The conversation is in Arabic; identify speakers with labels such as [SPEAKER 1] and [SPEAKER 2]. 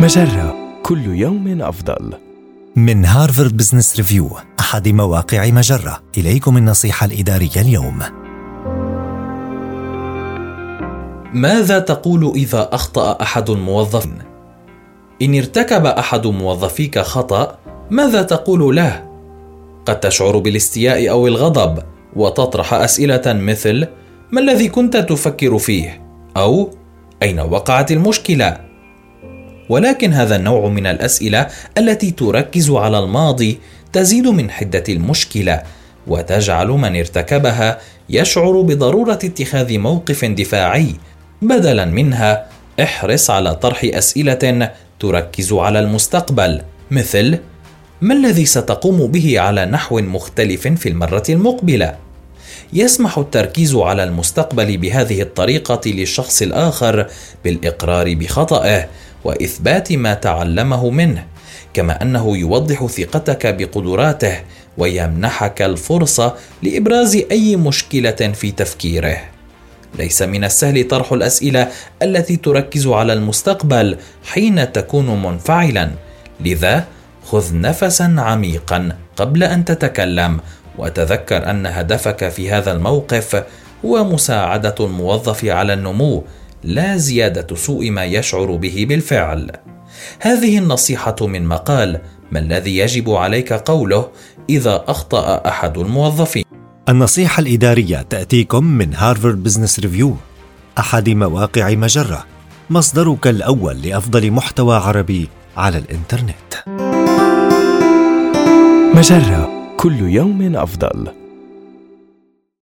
[SPEAKER 1] مجرة، كل يوم أفضل.
[SPEAKER 2] من هارفارد بزنس ريفيو، أحد مواقع مجرة، إليكم النصيحة الإدارية اليوم.
[SPEAKER 3] ماذا تقول إذا أخطأ أحد الموظفين؟ إن ارتكب أحد موظفيك خطأ، ماذا تقول له؟ قد تشعر بالاستياء أو الغضب وتطرح أسئلة مثل: ما الذي كنت تفكر فيه؟ أو أين وقعت المشكلة؟ ولكن هذا النوع من الأسئلة التي تركز على الماضي تزيد من حدة المشكلة، وتجعل من ارتكبها يشعر بضرورة اتخاذ موقف دفاعي. بدلا منها، احرص على طرح أسئلة تركز على المستقبل، مثل: ما الذي ستقوم به على نحو مختلف في المرة المقبلة؟ يسمح التركيز على المستقبل بهذه الطريقة للشخص الآخر بالإقرار بخطئه وإثبات ما تعلمه منه، كما أنه يوضح ثقتك بقدراته ويمنحك الفرصة لإبراز أي مشكلة في تفكيره. ليس من السهل طرح الأسئلة التي تركز على المستقبل حين تكون منفعلا، لذا خذ نفسا عميقا قبل أن تتكلم، وتذكر أن هدفك في هذا الموقف هو مساعدة الموظف على النمو، لا زيادة سوء ما يشعر به بالفعل. هذه النصيحة من مقال ما الذي يجب عليك قوله إذا أخطأ أحد الموظفين.
[SPEAKER 2] النصيحة الإدارية تأتيكم من هارفارد بزنس ريفيو، أحد مواقع مجرة، مصدرك الأول لأفضل محتوى عربي على الإنترنت.
[SPEAKER 1] مجرة، كل يوم أفضل.